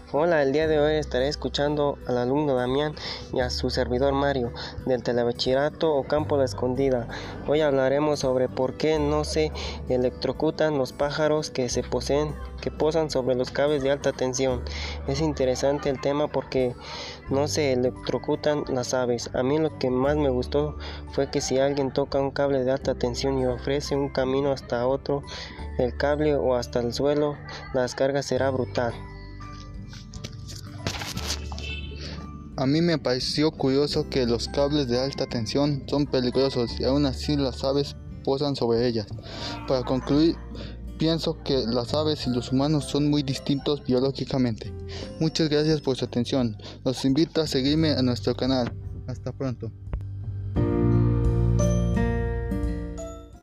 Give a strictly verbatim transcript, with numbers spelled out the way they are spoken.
Hola, el día de hoy estaré escuchando al alumno Damián y a su servidor Mario del Telebachillerato Ocampo La Escondida. Hoy hablaremos sobre por qué no se electrocutan los pájaros que se poseen, que posan sobre los cables de alta tensión. Es interesante el tema porque no se electrocutan las aves. A mí lo que más me gustó fue que si alguien toca un cable de alta tensión y ofrece un camino hasta otro, el cable o hasta el suelo, la descarga será brutal. A mí me pareció curioso que los cables de alta tensión son peligrosos y aún así las aves posan sobre ellas. Para concluir, pienso que las aves y los humanos son muy distintos biológicamente. Muchas gracias por su atención. Los invito a seguirme a nuestro canal. Hasta pronto.